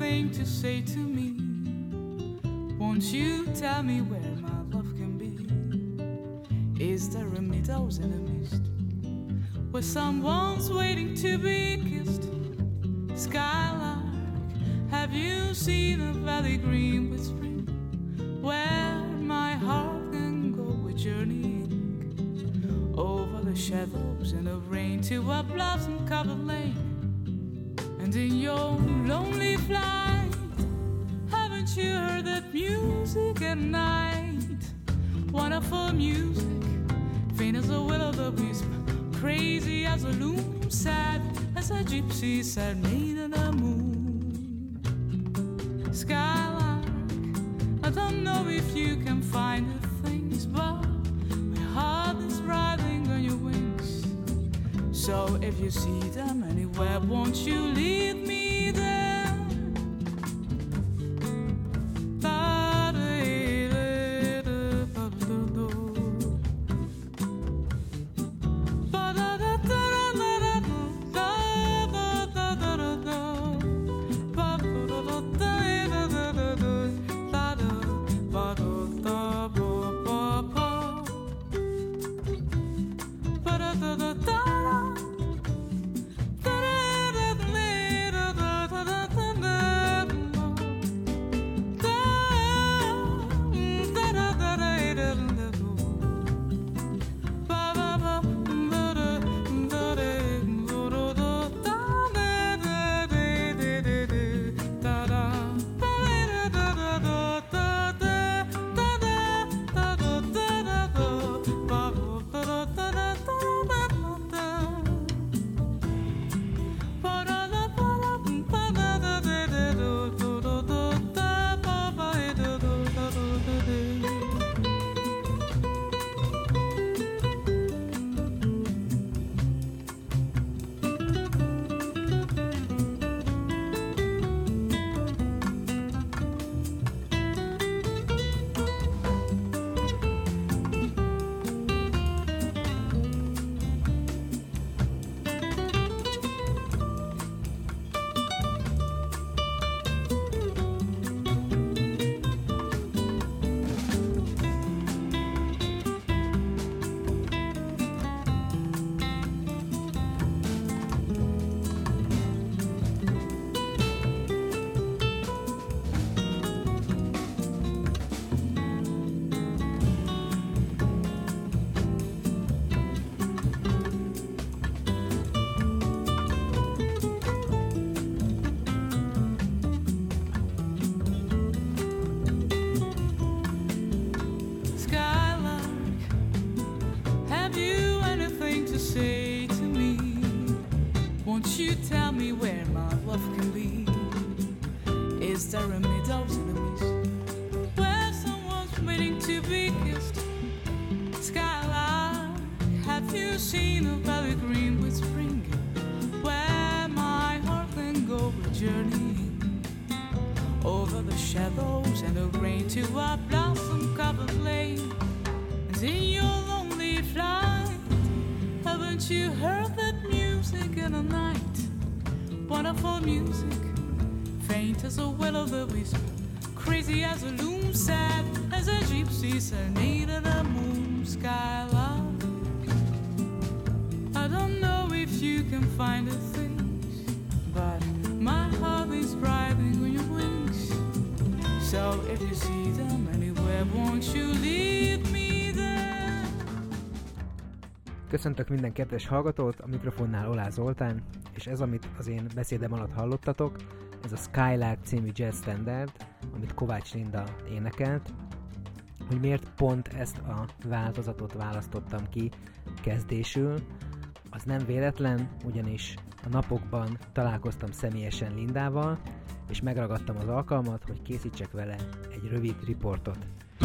anything to say to me? Won't you tell me where my love can be? Is there a meadows in a mist where someone's waiting to be kissed? Skylark, have you seen a valley green with spring, where my heart can go with journeying over the shadows and the rain to a blossom-covered lane? And in your lonely flight, haven't you heard that music at night? Wonderful music, faint as a will-o'-the-wisp, crazy as a loom, sad as a gypsy serenade in the moon. Skylark, I don't know if you can find the things, but my heart is riding on your wings. So if you see them anywhere, won't you lead me there? Köszöntök minden kedves hallgatót, a mikrofonnál Olá Zoltán, és ez, amit az én beszédem alatt hallottatok, ez a Skylark című jazz standard, amit Kovács Linda énekelt. Hogy miért pont ezt a változatot választottam ki kezdésül, az nem véletlen, ugyanis a napokban találkoztam személyesen Lindával, és megragadtam az alkalmat, hogy készítsek vele egy rövid riportot.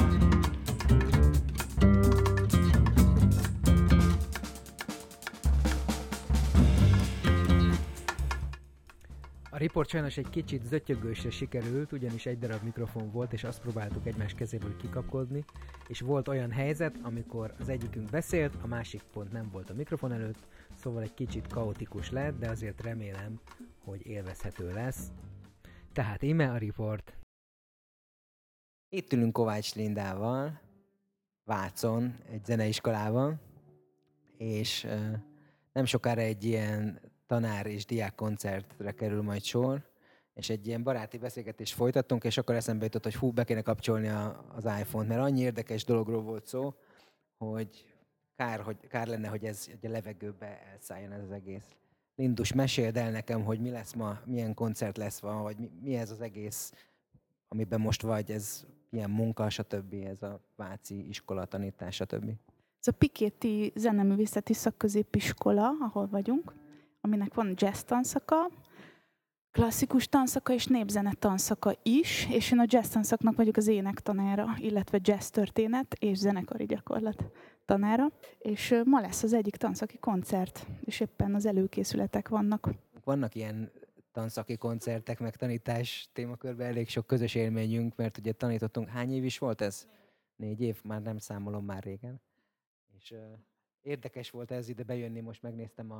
A riport sajnos egy kicsit zötyögősre sikerült, ugyanis egy darab mikrofon volt, és azt próbáltuk egymás kezéből kikapkodni, és volt olyan helyzet, amikor az egyikünk beszélt, a másik pont nem volt a mikrofon előtt, szóval egy kicsit kaotikus lett, de azért remélem, hogy élvezhető lesz. Tehát íme a riport. Itt ülünk Kovács Lindával, Vácon, egy zeneiskolában, és nem sokára egy ilyen tanár és diák koncertre kerül majd sor, és egy ilyen baráti beszélgetést folytattunk, és akkor eszembe jutott, hogy be kéne kapcsolni az iPhone-t, mert annyi érdekes dologról volt szó, hogy kár lenne, hogy ez a levegőbe elszálljon ez az egész. Lindus, meséld el nekem, hogy mi lesz ma, milyen koncert lesz ma, vagy mi ez az egész, amiben most vagy, ez milyen munka, stb., ez a váci iskola tanítás, stb. Ez a Pikéti Zeneművészeti Szakközépiskola, ahol vagyunk, aminek van jazz tanszaka, klasszikus tanszaka és népzene tanszaka is, és én a jazz tanszaknak vagyok az énektanára, illetve jazz történet és zenekari gyakorlat tanára, és ma lesz az egyik tanszaki koncert, és éppen az előkészületek vannak. Vannak ilyen tanszaki koncertek, meg tanítás témakörben elég sok közös élményünk, mert ugye tanítottunk. Hány év is volt ez? 4 év? Már nem számolom már régen. És érdekes volt ez ide bejönni, most megnéztem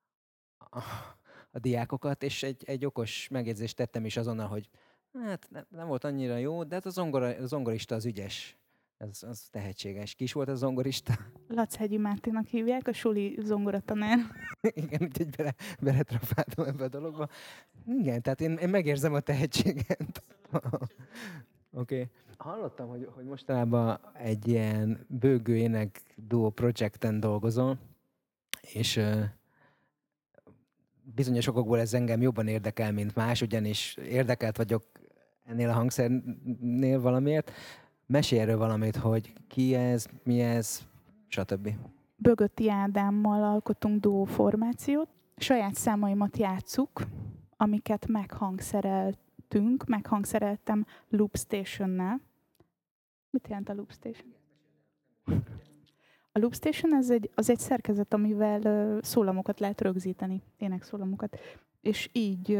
a diákokat, és egy okos megjegyzést tettem is azonnal, hogy hát nem volt annyira jó, de hát a zongorista az ügyes. Az tehetséges. Ki is volt a zongorista? Lachegyi Márténak hívják, a suli zongoratanár. Igen, úgyhogy beletrafáltam ebbe a dologba. Igen, tehát én megérzem a tehetséget. Oké. Hallottam, hogy mostanában egy ilyen bőgő ének duo projekten dolgozol, és bizonyos okokból ez engem jobban érdekel, mint más, ugyanis érdekelt vagyok ennél a hangszernél valamiért. Mesélj erről valamit, hogy ki ez, mi ez, stb. Bögötti Ádámmal alkotunk duó formációt. Saját számaimat játsszuk, amiket meghangszereltem Loop Station-nel. Mit jelent a Loop Station? A Loop Station az egy szerkezet, amivel szólamokat lehet rögzíteni, énekszólamokat. És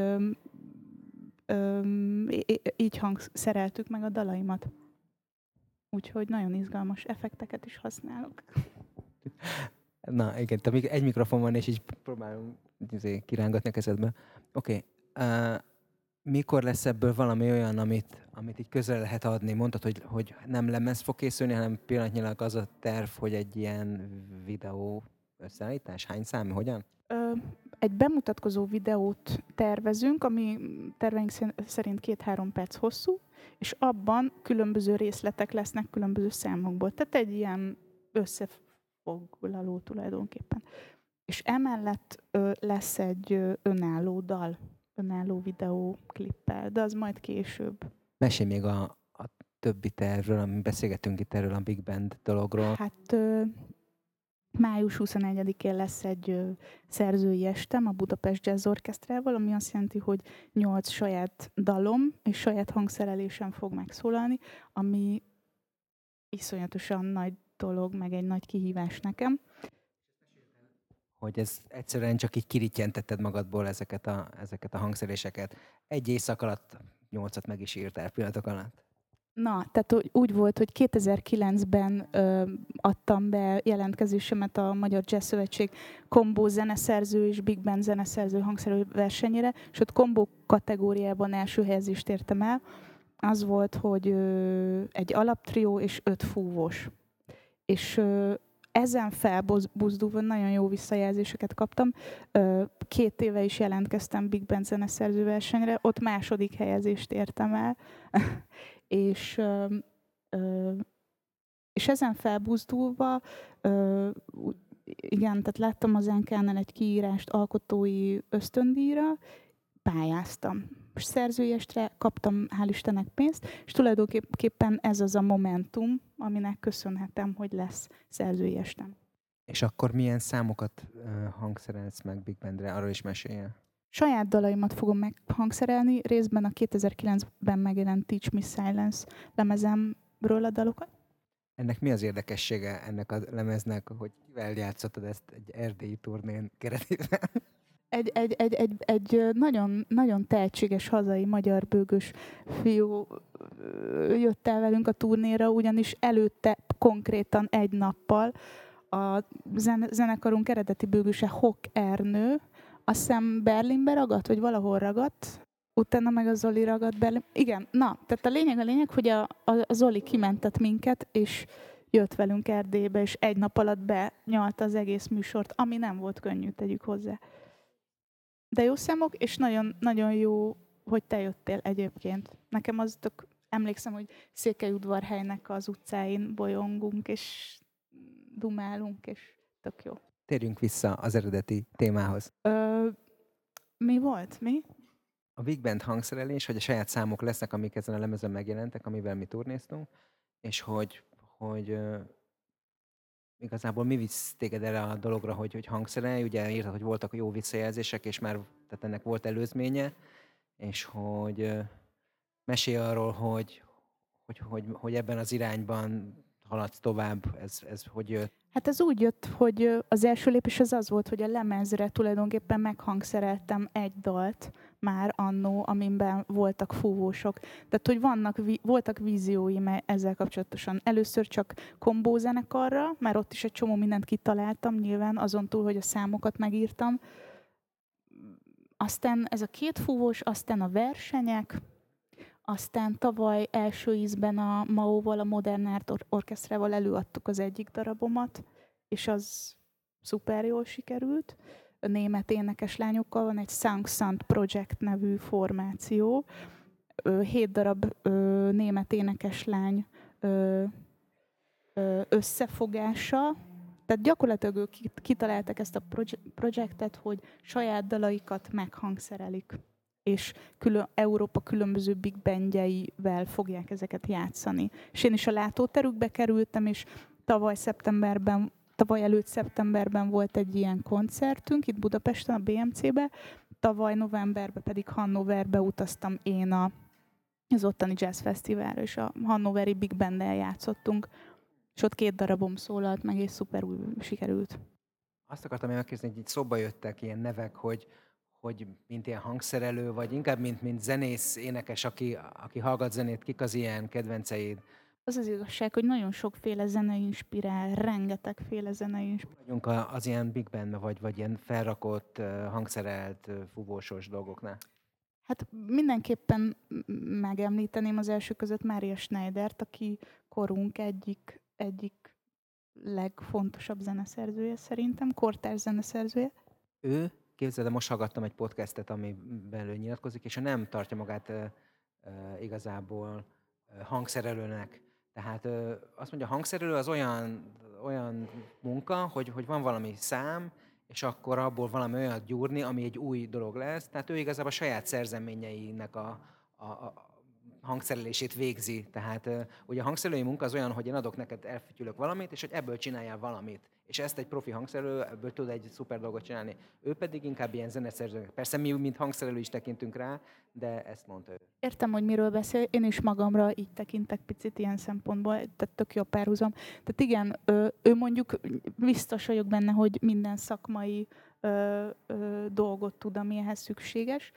így hangszereltük meg a dalaimat. Úgyhogy nagyon izgalmas effekteket is használok. Na igen, te még egy mikrofon van, és így próbálom kirángatni a kezedbe. Oké. Mikor lesz ebből valami olyan, amit így közre lehet adni? Mondtad, hogy nem lemez fog készülni, hanem pillanatnyilag az a terv, hogy egy ilyen videó összeállítás? Hány szám? Hogyan? Egy bemutatkozó videót tervezünk, ami terveink szerint 2-3 perc hosszú, és abban különböző részletek lesznek különböző számokból. Tehát egy ilyen összefoglaló tulajdonképpen. És emellett lesz egy önálló dal, önálló videóklippel, de az majd később. Mesélj még a többi tervről, amit beszélgetünk itt erről a Big Band dologról. Hát május 21-én lesz egy szerzői estem a Budapest Jazz Orchestrával, ami azt jelenti, hogy 8 saját dalom és saját hangszerelésen fog megszólalni, ami iszonyatosan nagy dolog, meg egy nagy kihívás nekem. Hogy ez egyszerűen csak így kirítjentetted magadból ezeket a hangszeréseket. Egy éjszak alatt 8-at meg is írtál pillanatok alatt. Na, tehát úgy volt, hogy 2009-ben adtam be jelentkezésemet a Magyar Jazz Szövetség kombó zeneszerző és Big Band zeneszerző hangszerelő versenyére, és ott kombó kategóriában első helyezést értem el. Az volt, hogy egy alaptrió és 5 fúvós. És ezen felbuzdulva nagyon jó visszajelzéseket kaptam. 2 éve is jelentkeztem Big Band zeneszerző versenyre, ott második helyezést értem el. És ezen felbuzdulva, igen, tehát láttam az NK-nál egy kiírást alkotói ösztöndíjra, pályáztam. Most szerzői estre kaptam, hál' Istennek, pénzt, és tulajdonképpen ez az a momentum, aminek köszönhetem, hogy lesz szerzői estem. És akkor milyen számokat hangszerelsz meg Big Bandre? Arról is mesélj. Saját dalaimat fogom meghangszerelni, részben a 2009-ben megjelent Teach Me Silence lemezemről a dalokat. Ennek mi az érdekessége ennek a lemeznek, hogy kivel játszottad ezt egy erdélyi turnén keretében? Egy nagyon, nagyon tehetséges hazai magyar bőgős fiú jött el velünk a turnéra, ugyanis előtte konkrétan egy nappal a zenekarunk eredeti bőgőse Hock Ernő, azt hiszem Berlinbe ragadt, vagy valahol ragadt, utána meg a Zoli ragadt bele. Igen, na, tehát a lényeg, hogy a Zoli kimentett minket, és jött velünk Erdélybe, és egy nap alatt benyalta az egész műsort, ami nem volt könnyű, tegyük hozzá. De jó számok, és nagyon, nagyon jó, hogy te jöttél egyébként. Nekem az tök, emlékszem, hogy Székelyudvarhelynek az utcáin bolyongunk, és dumálunk, és tök jó. Térjünk vissza az eredeti témához. Mi volt? Mi? A Big Band hangszerelés, hogy a saját számok lesznek, amik ezen a lemezen megjelentek, amivel mi turnéztunk, és hogy igazából mi visz téged erre a dologra, hogy hangszerelj, ugye írtad, hogy voltak jó visszajelzések, és már tehát ennek volt előzménye, és hogy mesélj arról, hogy ebben az irányban haladsz tovább, ez hogy jött? Hát ez úgy jött, hogy az első lépés az volt, hogy a lemezre tulajdonképpen meghangszereltem egy dalt már annó, amiben voltak fúvósok. Tehát, hogy voltak vízióim ezzel kapcsolatosan. Először csak kombózenekarra, mert ott is egy csomó mindent kitaláltam, nyilván azon túl, hogy a számokat megírtam. Aztán ez a 2 fúvós, aztán a versenyek, aztán tavaly első ízben a MAO-val, a Modern Art Orchestrával előadtuk az egyik darabomat, és az szuper jól sikerült. A német énekeslányokkal van egy Sang Sant Project nevű formáció. 7 darab német énekeslány összefogása. Tehát gyakorlatilag ők kitaláltak ezt a projektet, hogy saját dalaikat meghangszerelik, és Európa különböző big bandjeivel fogják ezeket játszani. És én is a látóterükbe kerültem, és tavaly előtt szeptemberben volt egy ilyen koncertünk itt Budapesten, a BMC-be, tavaly novemberben pedig Hannoverbe utaztam én az ottani jazz fesztiválra, és a hannoveri big banddel játszottunk, és ott 2 darabom szólalt meg, és szuperul sikerült. Azt akartam megkérdezni, hogy így szóba jöttek ilyen nevek, hogy mint ilyen hangszerelő, vagy inkább mint zenész, énekes, aki hallgat zenét, kik az ilyen kedvenceid? Az az igazság, hogy nagyon sokféle zene inspirál, rengetegféle zene inspirál. Vagyunk az ilyen big bandbe, vagy ilyen felrakott, hangszerelt, fúvósos dolgoknál? Hát mindenképpen megemlíteném az első között Mária Schneidert, aki korunk egyik legfontosabb zeneszerzője szerintem, kortárs zeneszerzője. Képzeld, de most hallgattam egy podcastet, amiben ő nyilatkozik, és ő nem tartja magát igazából hangszerelőnek. Tehát azt mondja, a hangszerelő az olyan munka, hogy van valami szám, és akkor abból valami olyat gyúrni, ami egy új dolog lesz. Tehát ő igazából a saját szerzeményeinek a hangszerelését végzi. Tehát ugye a hangszerelői munka az olyan, hogy én adok neked, elfütyülök valamit, és hogy ebből csináljál valamit. És ezt egy profi hangszerelő, ebből tud egy szuper dolgot csinálni. Ő pedig inkább ilyen zeneszerző. Persze mi, mint hangszerelő is tekintünk rá, de ezt mondta ő. Értem, hogy miről beszél, én is magamra így tekintek picit ilyen szempontból, tehát tök jó párhuzam. Tehát igen, ő mondjuk biztos vagyok benne, hogy minden szakmai dolgot tud, ami ehhez szükséges,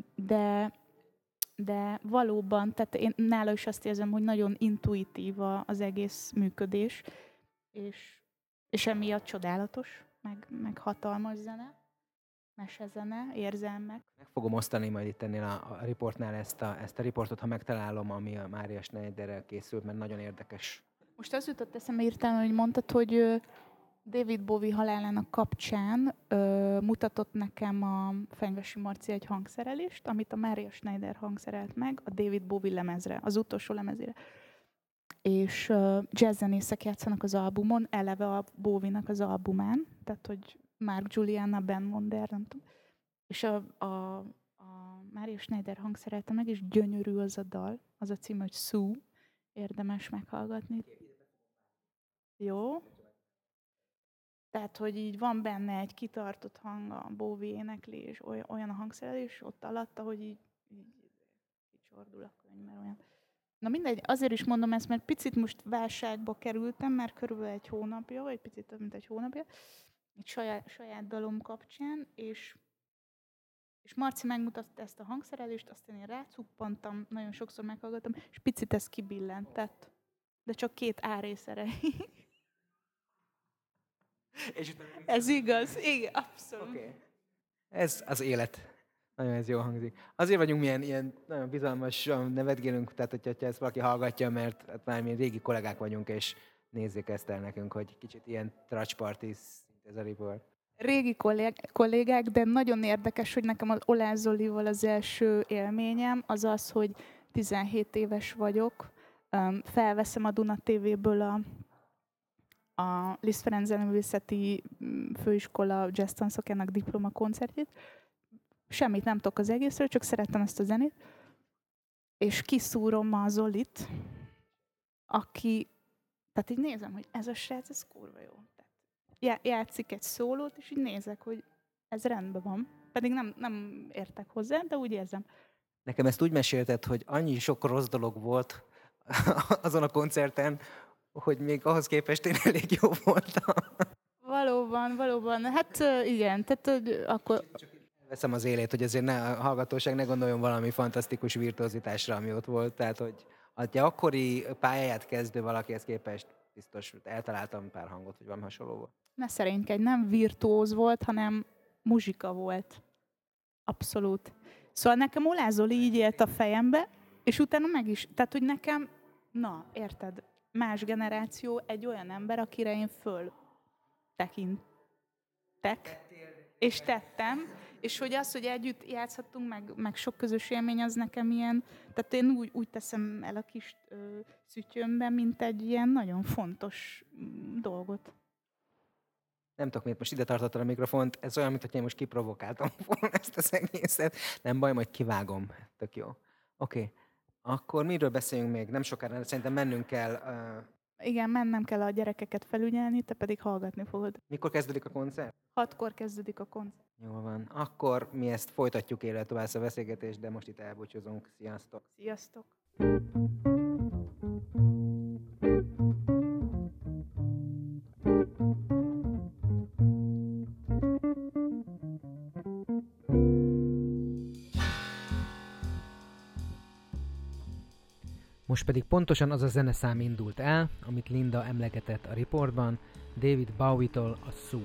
de valóban, tehát én nála is azt érzem, hogy nagyon intuitív az egész működés, és emiatt csodálatos, meg hatalmas zene, mesezene, érzelmek. Meg fogom osztani majd itt ennél a riportnál ezt a riportot, ha megtalálom, ami a Mária Schneiderrel készült, mert nagyon érdekes. Most az jutott eszembe hirtelen, hogy mondtad, hogy David Bowie halálának kapcsán mutatott nekem a Fenyvesi Marci egy hangszerelést, amit a Mária Schneider hangszerelt meg a David Bowie lemezre, az utolsó lemezére. És jazzzenészek játszanak az albumon, eleve a Bowie-nak az albumán, tehát hogy Mark Juliana, Ben Wonder, nem tudom. És a Mária Schneider hangszerelte meg, és gyönyörű az a dal, az a cím, hogy Sue, érdemes meghallgatni. Jó? Tehát, hogy így van benne egy kitartott hang, a Bowie énekli, és olyan a hangszerelés ott alatta, hogy így kicsordul a könyv, mert olyan. Na mindegy, azért is mondom ezt, mert picit most válságba kerültem, mert körülbelül egy hónapja, vagy picit több, mint egy hónapja, egy saját dalom kapcsán, és Marci megmutatta ezt a hangszerelést, aztán én rácuppantam, nagyon sokszor meghallgattam, és picit ez kibillentett. De csak 2 A-rész erejéig. Ez igaz, igen, abszolút. Okay. Ez az élet. Nagyon ez jól hangzik. Azért vagyunk ilyen nagyon bizalmasan nevetgélünk, tehát hogyha ezt valaki hallgatja, mert hát már mi régi kollégák vagyunk, és nézzék ezt el nekünk, hogy kicsit ilyen tracsparti szint ez a report. Régi kollégák, de nagyon érdekes, hogy nekem az Oláh Zolival az első élményem az az, hogy 17 éves vagyok, felveszem a Duna TV-ből a Liszt Ferenc Zeneművészeti Főiskola jazz tanszakának diploma koncertjét. Semmit nem tudok az egészről, csak szerettem ezt a zenét. És kiszúrom a Zolit, aki, tehát így nézem, hogy ez a srác, ez kurva jó. Játszik egy szólót, és így nézek, hogy ez rendben van. Pedig nem értek hozzá, de úgy érzem. Nekem ezt úgy mesélted, hogy annyi sok rossz dolog volt azon a koncerten, hogy még ahhoz képest én elég jó voltam. Valóban. Hát igen, tehát akkor... Csak veszem az élét, hogy azért a hallgatóság ne gondoljon valami fantasztikus virtuozitásra, ami ott volt. Tehát, hogy ha akkori pályáját kezdő valakihez képest biztos eltaláltam pár hangot, hogy van hasonló volt. Ne szerénykedj, nem virtuóz volt, hanem muzsika volt. Abszolút. Szóval nekem Oláh Zoli így élt a fejembe, és utána meg is. Tehát, hogy nekem, na, érted, más generáció egy olyan ember, akire én föl tekintek, és tettem, és hogy az, hogy együtt játszhattunk, meg sok közös élmény, az nekem ilyen, tehát én úgy teszem el a kis szütyőmben, mint egy ilyen nagyon fontos dolgot. Nem tudok, miért most ide tartottad a mikrofont, ez olyan, mintha én most kiprovokáltam volna ezt az egészet. Nem baj, majd kivágom. Tök jó. Oké. Akkor miről beszéljünk még? Nem sokára, szerintem mennünk kell. Igen, mennem kell a gyerekeket felügyelni, te pedig hallgatni fogod. Mikor kezdődik a koncert? 6-kor kezdődik a koncert. Jól van. Akkor mi ezt folytatjuk élve tovább a beszélgetést, de most itt elbúcsúzunk. Sziasztok! Sziasztok! Most pedig pontosan az a zeneszám indult el, amit Linda emlegetett a riportban, David Bowie-tól a Sue.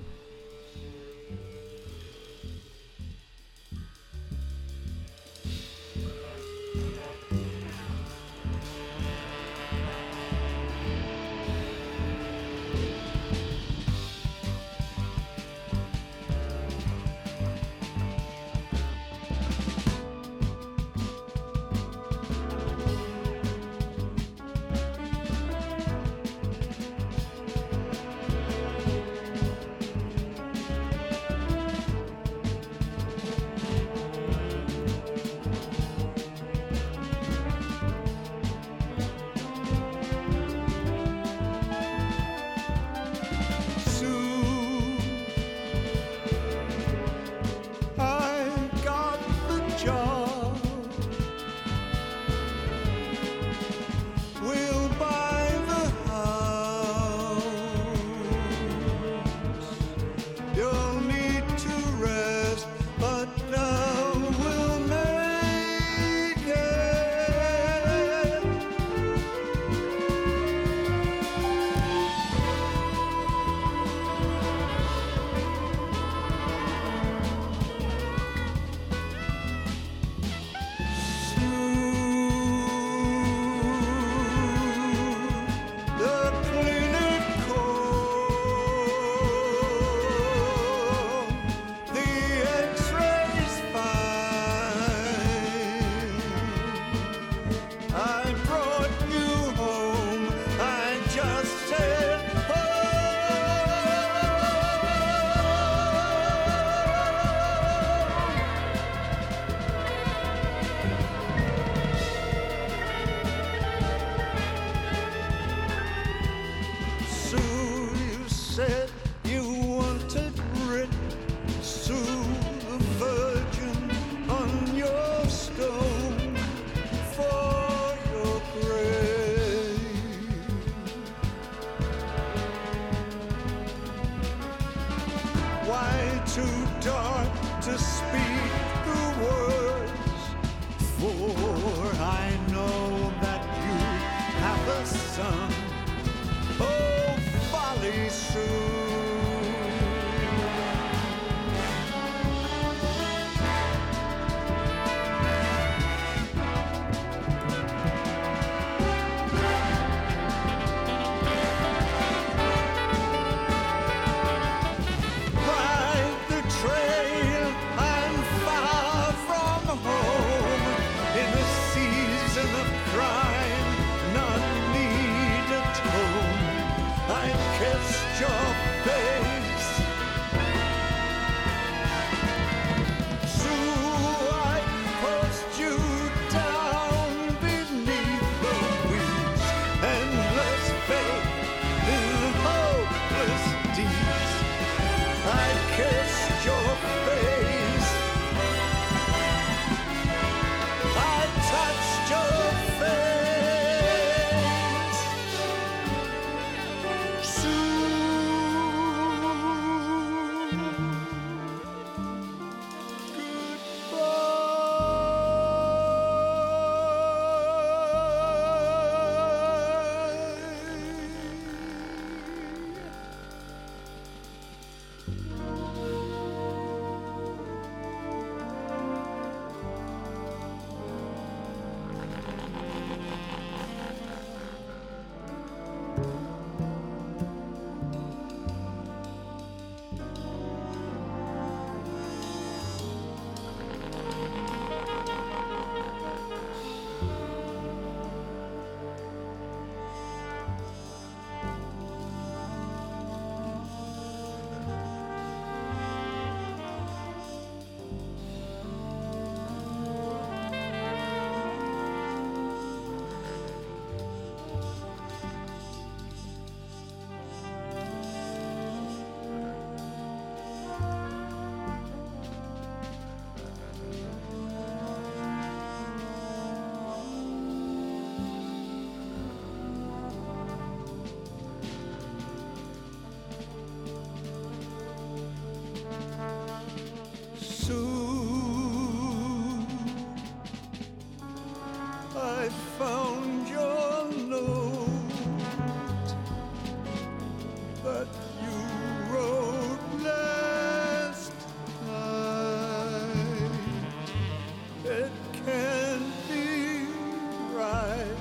you wrote last night. It can't be right.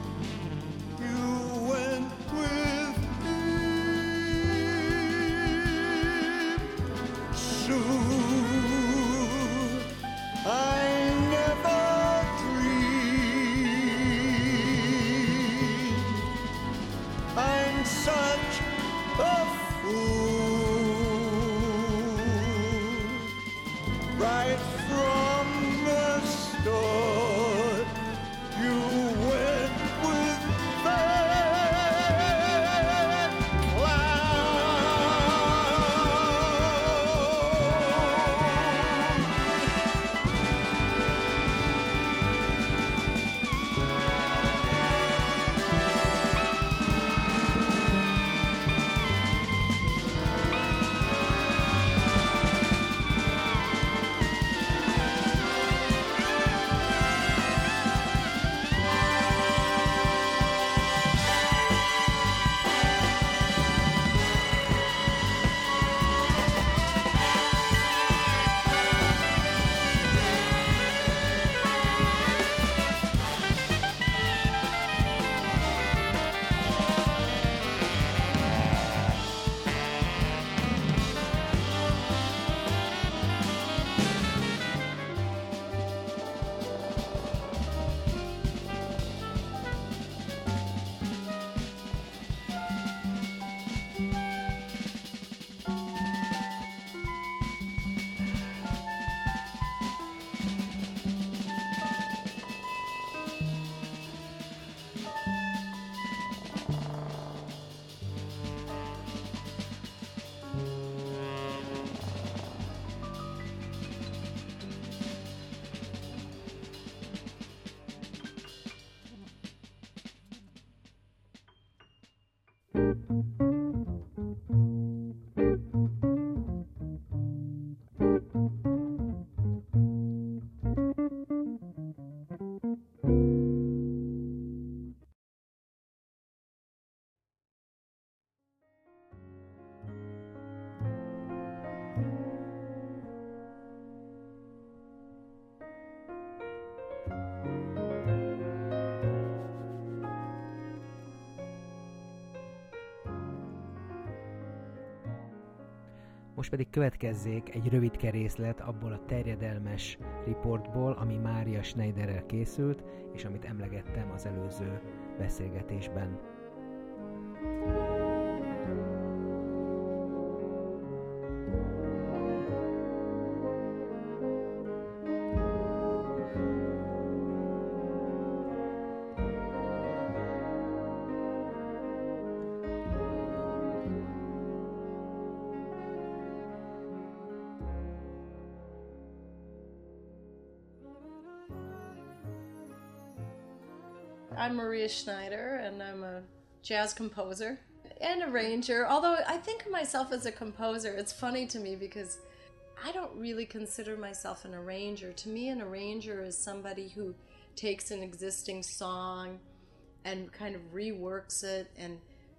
You went with him soon. I never dreamed I'm such a fool. Right from the start, you went with that clown. Most pedig következzék egy rövid részlet abból a terjedelmes riportból, ami Mária Schneiderrel készült, és amit emlegettem az előző beszélgetésben. I'm Maria Schneider, and I'm a jazz composer and arranger. Although I think of myself as a composer, it's funny to me because I don't really consider myself an arranger. To me, an arranger is somebody who takes an existing song and kind of reworks it and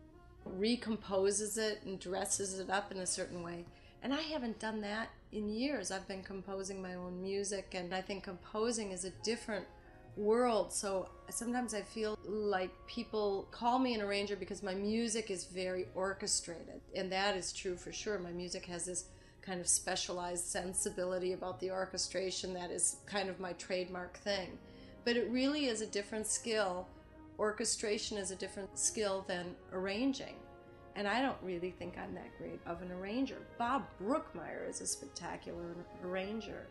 recomposes it and dresses it up in a certain way. And I haven't done that in years. I've been composing my own music, and I think composing is a different world. So sometimes I feel like people call me an arranger because my music is very orchestrated, and that is true for sure. My music has this kind of specialized sensibility about the orchestration that is kind of my trademark thing. But it really is a different skill. Orchestration is a different skill than arranging. And I don't really think I'm that great of an arranger. Bob Brookmeyer is a spectacular arranger.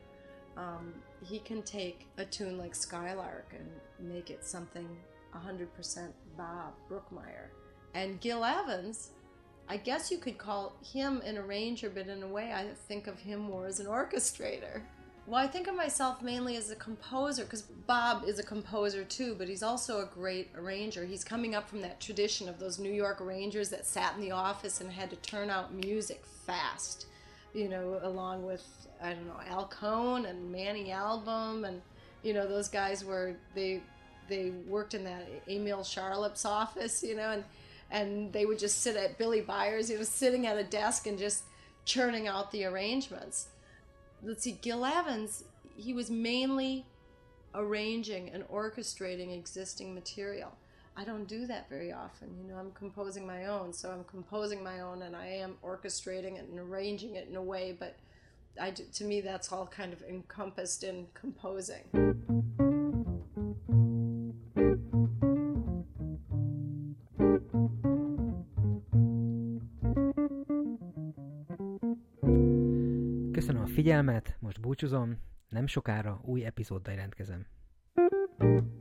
He can take a tune like Skylark and make it something 100% Bob Brookmeyer. And Gil Evans, I guess you could call him an arranger, but in a way I think of him more as an orchestrator. Well, I think of myself mainly as a composer, because Bob is a composer too, but he's also a great arranger. He's coming up from that tradition of those New York arrangers that sat in the office and had to turn out music fast, you know, along with, I don't know, Al Cohn and Manny Album, and, you know, those guys were, they worked in that Emile Charlotte's office, you know, and and they would just sit at Billy Byers, sitting at a desk and just churning out the arrangements. Let's see, Gil Evans, he was mainly arranging and orchestrating existing material. I don't do that very often. I'm composing my own, so I'm composing my own, and I am orchestrating it and arranging it in a way, but to me that's all kind of encompassed in composing. Köszönöm a figyelmet, most búcsúzom, nem sokára új epizóddal jelentkezem.